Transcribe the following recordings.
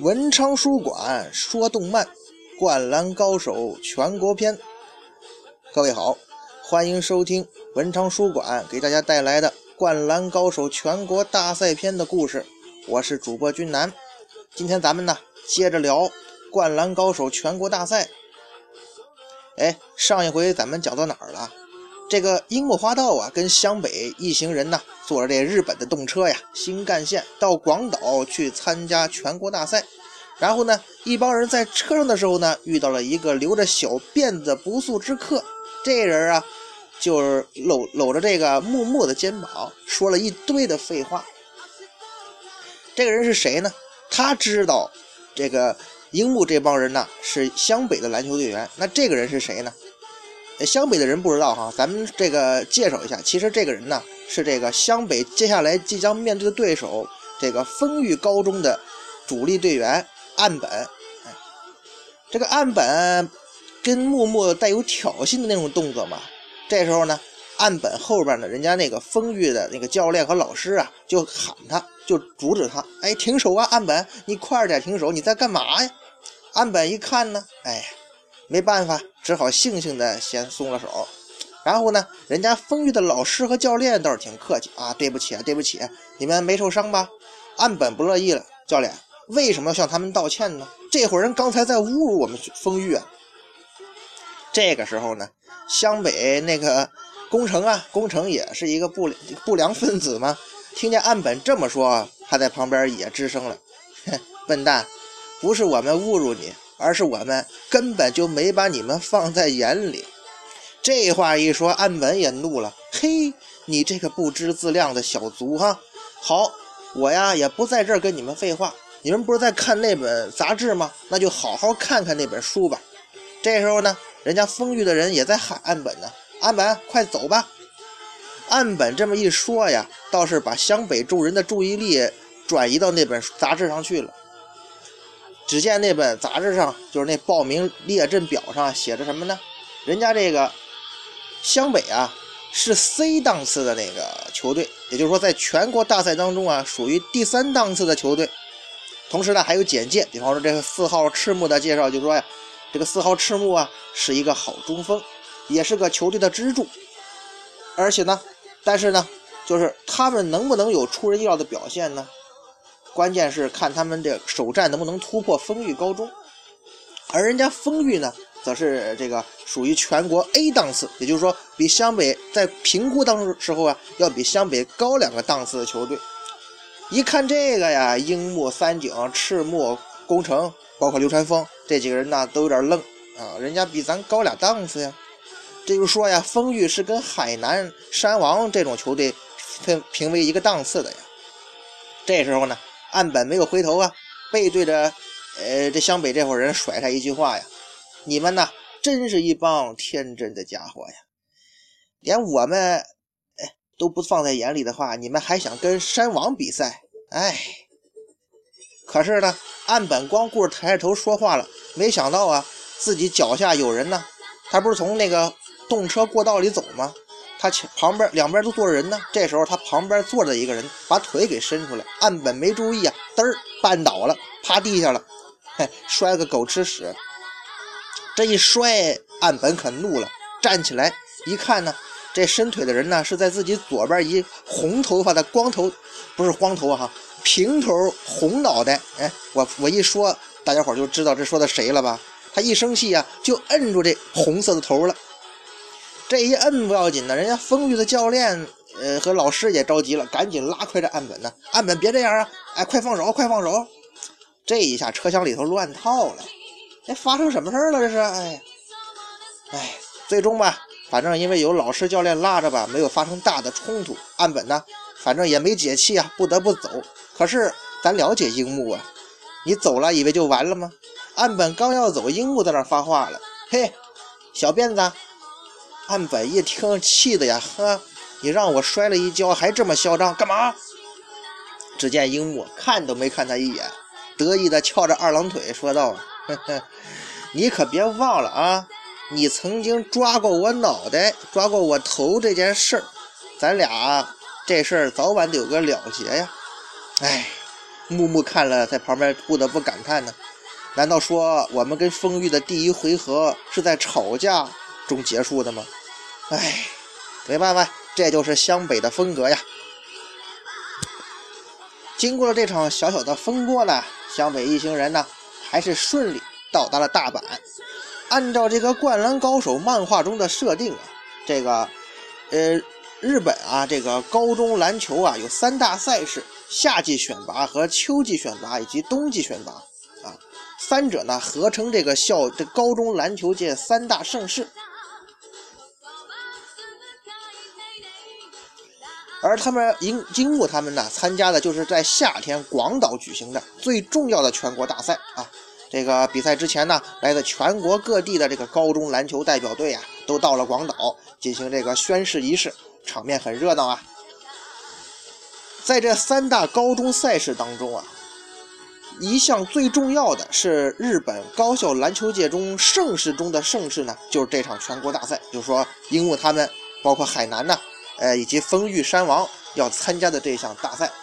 文昌书馆说动漫，灌篮高手全国篇。各位好，欢迎收听文昌书馆给大家带来的灌篮高手全国大赛篇的故事，我是主播君南。今天咱们呢接着聊灌篮高手全国大赛。上一回咱们讲到哪儿了？这个樱木花道啊跟湘北一行人呢坐着这日本的动车呀新干线到广岛去参加全国大赛。然后呢一帮人在车上的时候呢遇到了一个留着小辫子不速之客。这人啊就是搂着这个木木的肩膀说了一堆的废话。这个人是谁呢？他知道这个樱木这帮人呢是湘北的篮球队员。那这个人是谁呢？湘北的人不知道哈，咱们这个介绍一下。其实这个人呢是这个湘北接下来即将面对的对手这个丰裕高中的主力队员岸本。这个岸本跟木木带有挑衅的那种动作嘛。这时候呢岸本后边呢人家那个丰裕的那个教练和老师啊就喊他，就阻止他，停手啊岸本，你快点停手，你在干嘛呀？岸本一看呢没办法，只好悻悻的先松了手。然后呢人家丰裕的老师和教练倒是挺客气啊，对不起，你们没受伤吧？岸本不乐意了，教练为什么要向他们道歉呢？这伙人刚才在侮辱我们丰裕啊。这个时候呢湘北那个工程也是一个不良分子嘛，听见岸本这么说，他在旁边也吱声了，笨蛋，不是我们侮辱你，而是我们根本就没把你们放在眼里。这话一说，岸本也怒了，嘿，你这个不知自量的小卒哈！好，我呀也不在这儿跟你们废话，你们不是在看那本杂志吗？那就好好看看那本书吧。这时候呢人家丰裕的人也在喊岸本呢，岸本快走吧。岸本这么一说呀，倒是把湘北众人的注意力转移到那本杂志上去了。只见那本杂志上，就是那报名列阵表上写着什么呢？人家这个湘北啊是 C 档次的那个球队，也就是说在全国大赛当中啊属于第3档次的球队。同时呢还有简介，比方说这个4号赤木的介绍，就说呀这个4号赤木啊是一个好中锋，也是个球队的支柱。而且呢但是呢就是他们能不能有出人意料的表现呢？关键是看他们这首战能不能突破丰裕高中。而人家丰裕呢则是这个属于全国 A 档次，也就是说比湘北在评估当时候啊要比湘北高2个档次的球队。一看这个呀，樱木、三井、赤木、宫城包括流川枫这几个人呢都有点愣啊，人家比咱高2档次呀。这就说呀丰裕是跟海南、山王这种球队评为一个档次的呀。这时候呢岸本没有回头啊，背对着这湘北这伙人甩他一句话呀，你们呢真是一帮天真的家伙呀，连我们都不放在眼里的话，你们还想跟山王比赛？可是呢岸本光顾着抬着头说话了，没想到啊自己脚下有人呢。他不是从那个动车过道里走吗？他旁边两边都坐着人呢。这时候他旁边坐着一个人把腿给伸出来，岸本没注意啊，嘚儿绊倒了，趴地下了，摔个狗吃屎。这一摔岸本可怒了，站起来一看呢，这伸腿的人呢是在自己左边一红头发的平头红脑袋。我一说大家伙就知道这说的谁了吧。他一生气啊就摁住这红色的头了。这一摁不要紧的，人家丰裕的教练和老师也着急了，赶紧拉快着岸本呢，岸本别这样啊，快放手。这一下车厢里头乱套了，发生什么事了这是？最终吧反正因为有老师教练拉着吧，没有发生大的冲突。岸本呢反正也没解气啊，不得不走。可是咱了解樱木啊，你走了以为就完了吗？岸本刚要走，樱木在那发话了，嘿小辫子。岸本一听气的呀，你让我摔了一跤还这么嚣张干嘛？只见樱木看都没看他一眼，得意的翘着2郎腿说道，你可别忘了啊，你曾经抓过我脑袋抓过我头这件事儿，咱俩这事儿早晚得有个了结呀。 木木看了在旁边不得不感叹呢，难道说我们跟风玉的第一回合是在吵架中结束的吗？哎，没办法，这就是湘北的风格呀。经过了这场小小的风波呢，湘北一行人呢还是顺利到达了大阪。按照这个《灌篮高手》漫画中的设定啊，这个日本啊这个高中篮球啊有3大赛事，夏季选拔和秋季选拔以及冬季选拔啊，三者呢合称这个高中篮球界3大盛事。而他们樱木他们呢参加的就是在夏天广岛举行的最重要的全国大赛啊。这个比赛之前呢，来自全国各地的这个高中篮球代表队啊，都到了广岛进行这个宣誓仪式，场面很热闹啊。在这3大高中赛事当中啊，一项最重要的是日本高校篮球界中盛事中的盛事呢，就是这场全国大赛，就是说樱木他们包括海南呢以及丰玉山王要参加的这项大赛，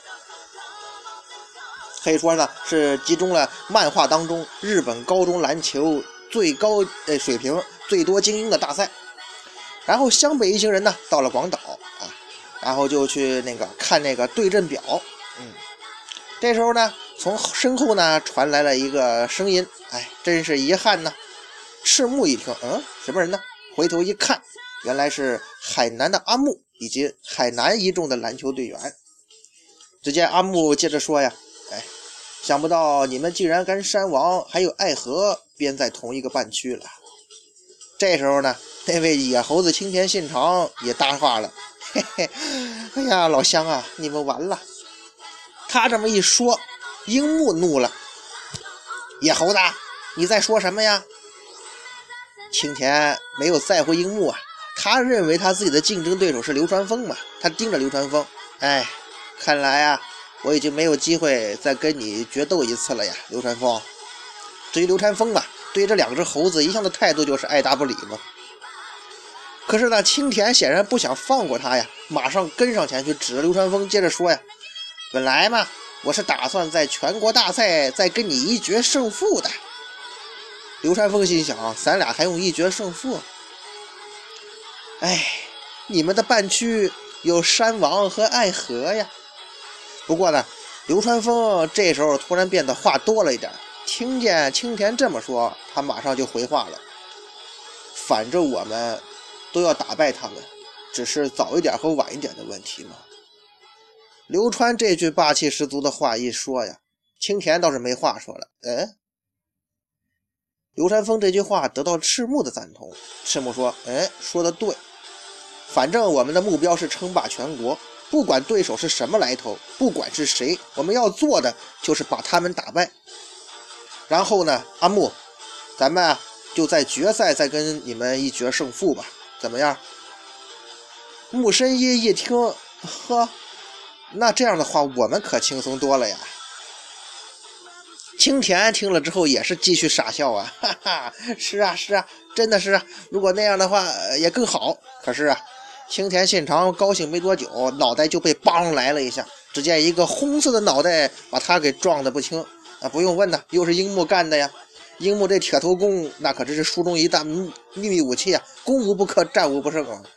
可以说呢是集中了漫画当中日本高中篮球最高水平最多精英的大赛。然后湘北一行人呢到了广岛啊，然后就去看那个对阵表。这时候呢从身后呢传来了一个声音，真是遗憾呢。赤木一听，什么人呢？回头一看，原来是海南的阿木以及海南一中的篮球队员。只见阿木接着说呀，想不到你们竟然跟山王还有爱河编在同一个半区了。这时候呢，那位野猴子青田信长也搭话了，嘿嘿，哎呀，老乡啊，你们完了。他这么一说，樱木怒了，野猴子，你在说什么呀？青田没有在乎樱木啊，他认为他自己的竞争对手是流川枫嘛，他盯着流川枫。看来啊，我已经没有机会再跟你决斗一次了呀，流川枫。至于流川枫嘛，对这2只猴子一向的态度就是爱答不理嘛。可是呢，青田显然不想放过他呀，马上跟上前去指着流川枫，接着说呀，本来嘛，我是打算在全国大赛再跟你一决胜负的。流川枫心想，咱俩还用一决胜负？你们的半区有山王和爱河呀。不过呢，流川枫这时候突然变得话多了一点，听见青田这么说，他马上就回话了，反正我们都要打败他们，只是早一点和晚一点的问题嘛。流川这句霸气十足的话一说呀，青田倒是没话说了。流川枫这句话得到赤木的赞同，赤木说，说得对，反正我们的目标是称霸全国，不管对手是什么来头，不管是谁，我们要做的就是把他们打败。然后呢，阿木，咱们就在决赛再跟你们一决胜负吧，怎么样？木深一一听，那这样的话我们可轻松多了呀。青田听了之后也是继续傻笑啊，哈哈，是啊，真的是啊，如果那样的话也更好。可是啊，青田信长高兴没多久，脑袋就被梆来了一下，只见一个红色的脑袋把他给撞得不轻啊！不用问呢，又是樱木干的呀。樱木这铁头功那可真是书中一大秘密武器啊，攻无不克，战无不胜啊。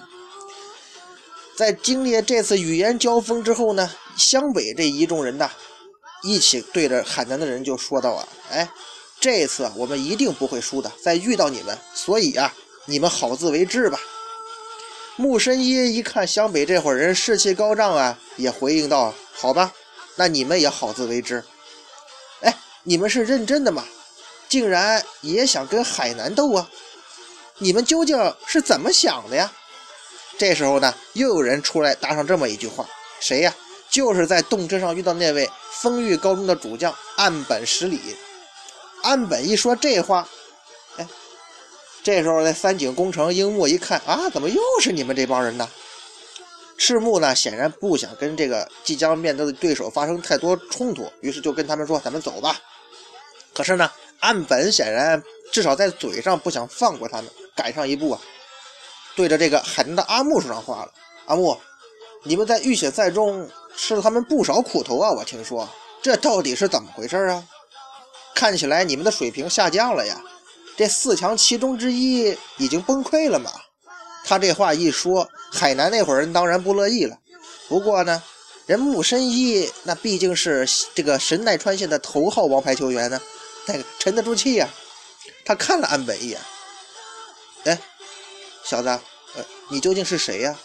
在经历这次语言交锋之后呢，湘北这一众人呢一起对着海南的人就说道啊，这次我们一定不会输的，再遇到你们，所以啊，你们好自为之吧。木深一看湘北这伙人士气高涨啊，也回应道，好吧，那你们也好自为之。你们是认真的吗？竟然也想跟海南斗啊？你们究竟是怎么想的呀？这时候呢，又有人出来搭上这么一句话，谁呀？就是在动车上遇到那位丰玉高中的主将岸本十里。岸本一说这话，这时候在三井工程樱木一看啊，怎么又是你们这帮人呢？赤木呢显然不想跟这个即将面对的对手发生太多冲突，于是就跟他们说，咱们走吧。可是呢，岸本显然至少在嘴上不想放过他们，赶上一步啊，对着这个海南的阿木说上话了，阿木，你们在浴血赛中吃了他们不少苦头啊，我听说。 这到底是怎么回事啊？看起来你们的水平下降了呀，这4强其中之一已经崩溃了嘛。他这话一说，海南那伙人当然不乐意了。不过呢，人木申一那毕竟是这个神奈川县的头号王牌球员呢，那个沉得住气呀。他看了岸本一眼，哎，小子，你究竟是谁呀？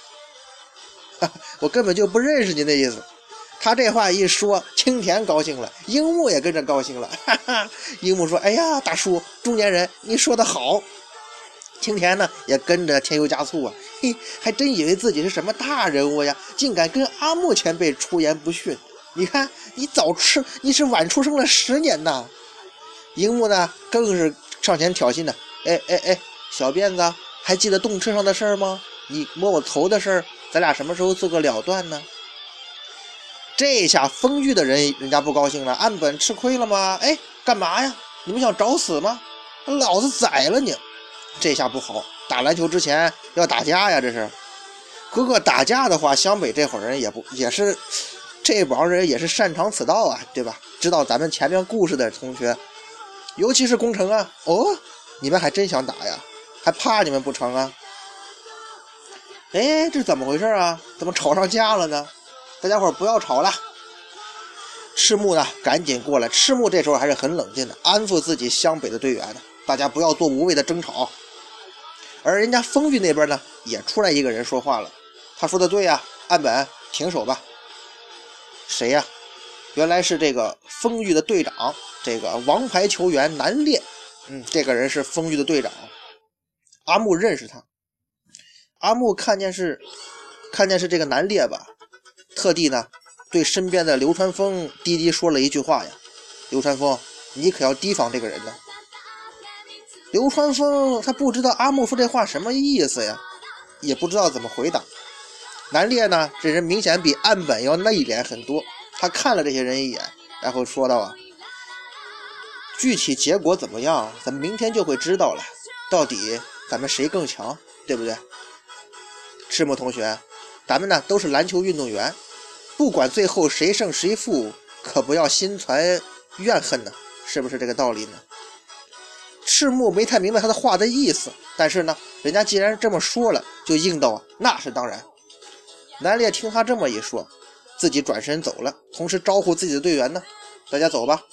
我根本就不认识你的意思。他这话一说，青田高兴了，樱木也跟着高兴了。樱木说：“哎呀，大叔，中年人，你说得好。”青田呢也跟着添油加醋啊，嘿，还真以为自己是什么大人物呀，竟敢跟阿木前辈出言不逊。你看，你是晚出生了10年呐。樱木呢更是上前挑衅呢，哎，小辫子，还记得动车上的事儿吗？你摸我头的事儿，咱俩什么时候做个了断呢？这下丰裕的人家不高兴了，岸本吃亏了吗？哎，干嘛呀？你们想找死吗？老子宰了你！这下不好，打篮球之前要打架呀，这是。不过打架的话，湘北这伙人也是这帮人也是擅长此道啊，对吧？知道咱们前面故事的同学，尤其是宫城啊，你们还真想打呀？还怕你们不成啊？哎，这怎么回事啊？怎么吵上架了呢？大家伙不要吵了。赤木呢赶紧过来，赤木这时候还是很冷静的，安抚自己湘北的队员呢，大家不要做无谓的争吵。而人家丰裕那边呢也出来一个人说话了，他说的对呀，岸本停手吧。谁呀？原来是这个丰裕的队长，这个王牌球员南烈。这个人是丰裕的队长，阿木认识他。阿木看见是这个南烈吧，特地呢对身边的流川枫低低说了一句话呀，流川枫，你可要提防这个人呢。流川枫他不知道阿木说这话什么意思呀，也不知道怎么回答。南烈呢这人明显比岸本要内敛很多，他看了这些人一眼，然后说道啊，具体结果怎么样咱们明天就会知道了，到底咱们谁更强，对不对？赤木同学，咱们呢都是篮球运动员，不管最后谁胜谁负，可不要心存怨恨呢，是不是这个道理呢？赤木没太明白他的话的意思，但是呢人家既然这么说了，就应道啊，那是当然。南烈听他这么一说，自己转身走了，同时招呼自己的队员呢，大家走吧。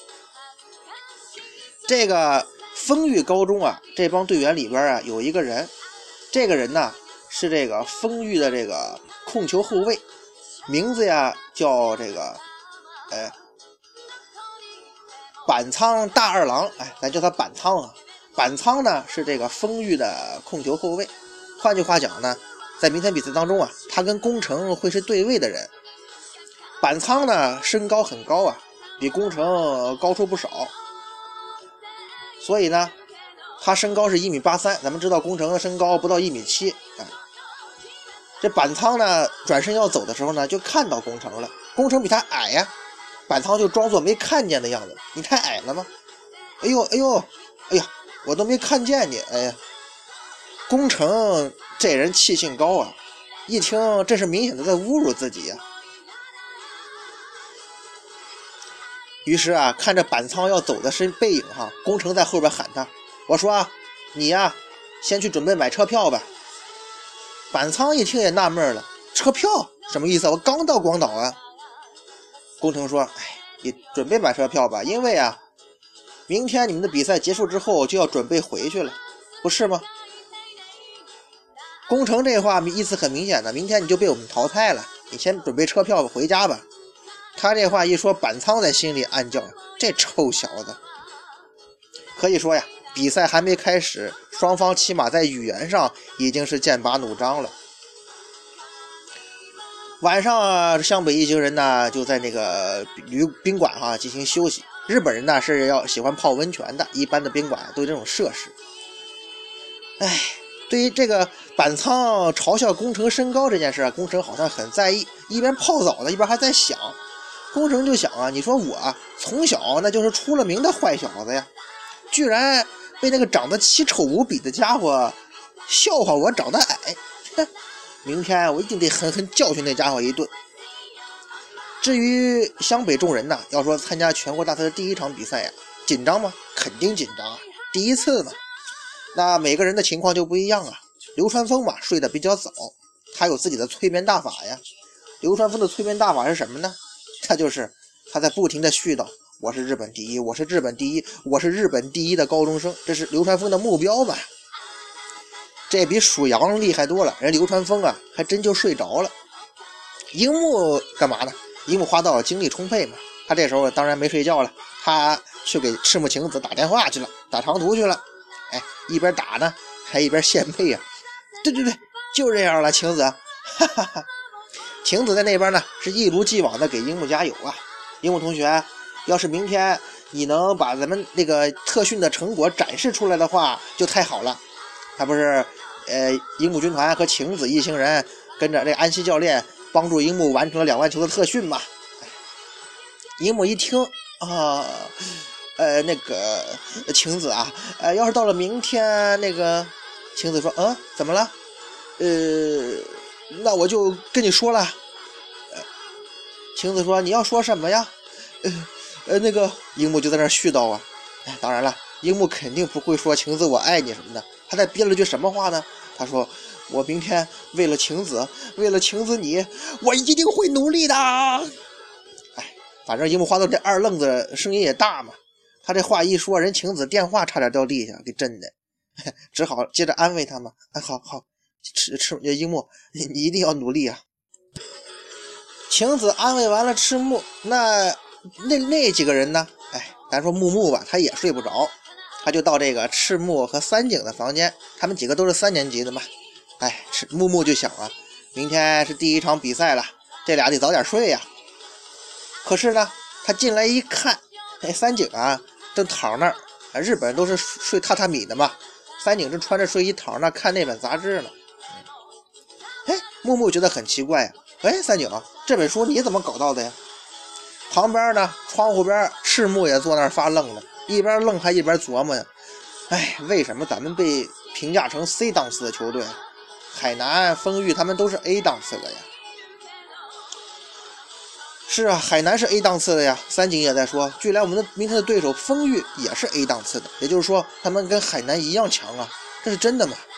这个丰裕高中啊，这帮队员里边啊有一个人，这个人呢是这个丰裕的这个控球后卫，名字呀叫这个板仓大二郎，咱叫他板仓啊。板仓呢是这个丰裕的控球后卫，换句话讲呢，在明天比赛当中啊，他跟宫城会是对位的人。板仓呢身高很高啊，比宫城高出不少，所以呢他身高是1.83米，咱们知道宫城的身高不到1.7米。这板仓呢转身要走的时候呢，就看到宫城了，宫城比他矮呀，板仓就装作没看见的样子，你太矮了吗？哎呀，我都没看见你。哎呀，宫城这人气性高啊，一听这是明显的在侮辱自己呀。于是啊，看着板仓要走的背影哈，宫城在后边喊他，我说啊，你呀先去准备买车票吧。板仓一听也纳闷了，车票什么意思？我刚到广岛啊。宫城说，你准备买车票吧，因为啊明天你们的比赛结束之后就要准备回去了，不是吗？宫城这话意思很明显的，明天你就被我们淘汰了，你先准备车票回家吧。他这话一说，板仓在心里暗叫，这臭小子。可以说呀，比赛还没开始，双方起码在语言上已经是剑拔弩张了。晚上啊，湘北一行人呢就在那个宾馆进行休息。日本人呢是要喜欢泡温泉的，一般的宾馆都有这种设施。对于这个板仓嘲笑宫城身高这件事，宫城好像很在意，一边泡澡呢一边还在想。宫城就想啊，你说我从小那就是出了名的坏小子呀，居然被那个长得奇丑无比的家伙笑话我长得矮，明天我一定得狠狠教训那家伙一顿。 至于湘北众人呢，要说参加全国大赛的第一场比赛呀，紧张吗？肯定紧张啊，第一次嘛。那每个人的情况就不一样啊。流川枫嘛，睡得比较早，他有自己的催眠大法呀。流川枫的催眠大法是什么呢？他就是他在不停的絮叨，我是日本第一，我是日本第一，我是日本第一的高中生，这是流川枫的目标嘛。这比属羊厉害多了，人流川枫啊还真就睡着了。樱木干嘛呢？樱木花道精力充沛嘛，他这时候当然没睡觉了，他去给赤木晴子打电话去了，打长途去了。一边打呢还一边献媚啊。对，就这样了，晴子，哈哈哈。晴子在那边呢是一如既往的给樱木加油啊。樱木同学，要是明天你能把咱们那个特训的成果展示出来的话就太好了。他不是樱木军团和晴子一行人跟着这安西教练帮助樱木完成了2万球的特训嘛。樱木一听啊，那个晴子啊，要是到了明天，那个晴子说，怎么了？那我就跟你说了。晴子说，你要说什么呀？那个樱木就在那絮叨啊。当然了，樱木肯定不会说晴子我爱你什么的，他在憋了句什么话呢？他说，我明天为了晴子，为了晴子你，我一定会努力的。反正樱木花道这二愣子声音也大嘛，他这话一说，人晴子电话差点掉地下，给震的，只好接着安慰他嘛。好，樱木，你一定要努力啊。晴子安慰完了赤木，那几个人呢？咱说木木吧，他也睡不着，他就到这个赤木和三井的房间，他们几个都是3年级的嘛。木木就想啊，明天是第一场比赛了，这俩得早点睡呀。可是呢，他进来一看，三井啊正躺那儿，日本人都是睡榻榻米的嘛，三井正穿着睡衣躺那看那本杂志呢。木木觉得很奇怪呀，三井，这本书你怎么搞到的呀？旁边呢，窗户边赤木也坐那儿发愣呢，一边愣还一边琢磨呀，为什么咱们被评价成 C 档次的球队？海南、丰裕他们都是 A 档次的呀。是啊，海南是 A 档次的呀。三井也在说，据来我们的明天的对手丰裕也是 A 档次的，也就是说他们跟海南一样强啊，这是真的吗？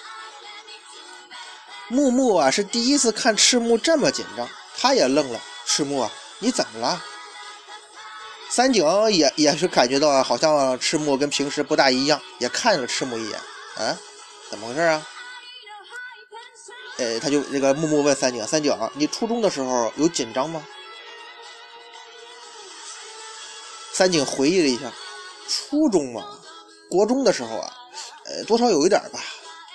木木啊是第一次看赤木这么紧张，他也愣了。赤木啊，你怎么了？三井也是感觉到好像赤木跟平时不大一样，也看了赤木一眼。怎么回事啊？他就这个木木问三井，你初中的时候有紧张吗？三井回忆了一下，初中嘛，国中的时候啊，多少有一点吧。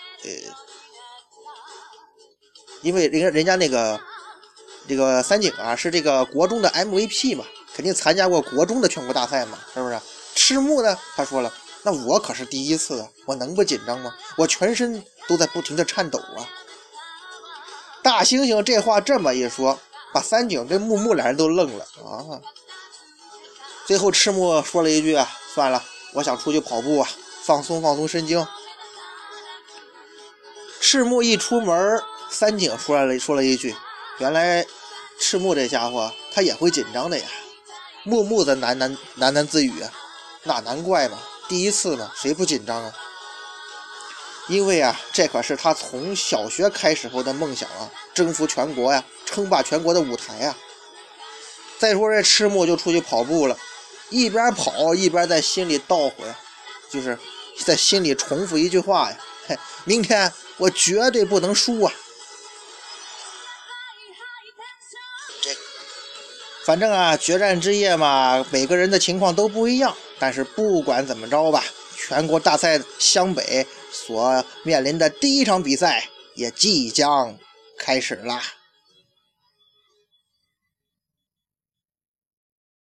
因为人家那个这个三井啊是这个国中的 MVP 嘛，肯定参加过国中的全国大赛嘛，是不是？赤木呢，他说了，那我可是第一次啊，我能不紧张吗？我全身都在不停的颤抖啊。大猩猩这话这么一说，把三井跟木木俩人都愣了啊。最后赤木说了一句啊，算了，我想出去跑步啊，放松神经。赤木一出门，三井说了一句，原来赤木这家伙他也会紧张的呀。木木的喃喃自语啊，那难怪嘛，第一次嘛，谁不紧张啊？因为啊，这可是他从小学开始后的梦想啊，征服全国呀，称霸全国的舞台啊。再说这赤木就出去跑步了，一边跑一边在心里倒回，就是在心里重复一句话呀，明天我绝对不能输啊。反正啊，决战之夜嘛，每个人的情况都不一样，但是不管怎么着吧，全国大赛湘北所面临的第一场比赛也即将开始了。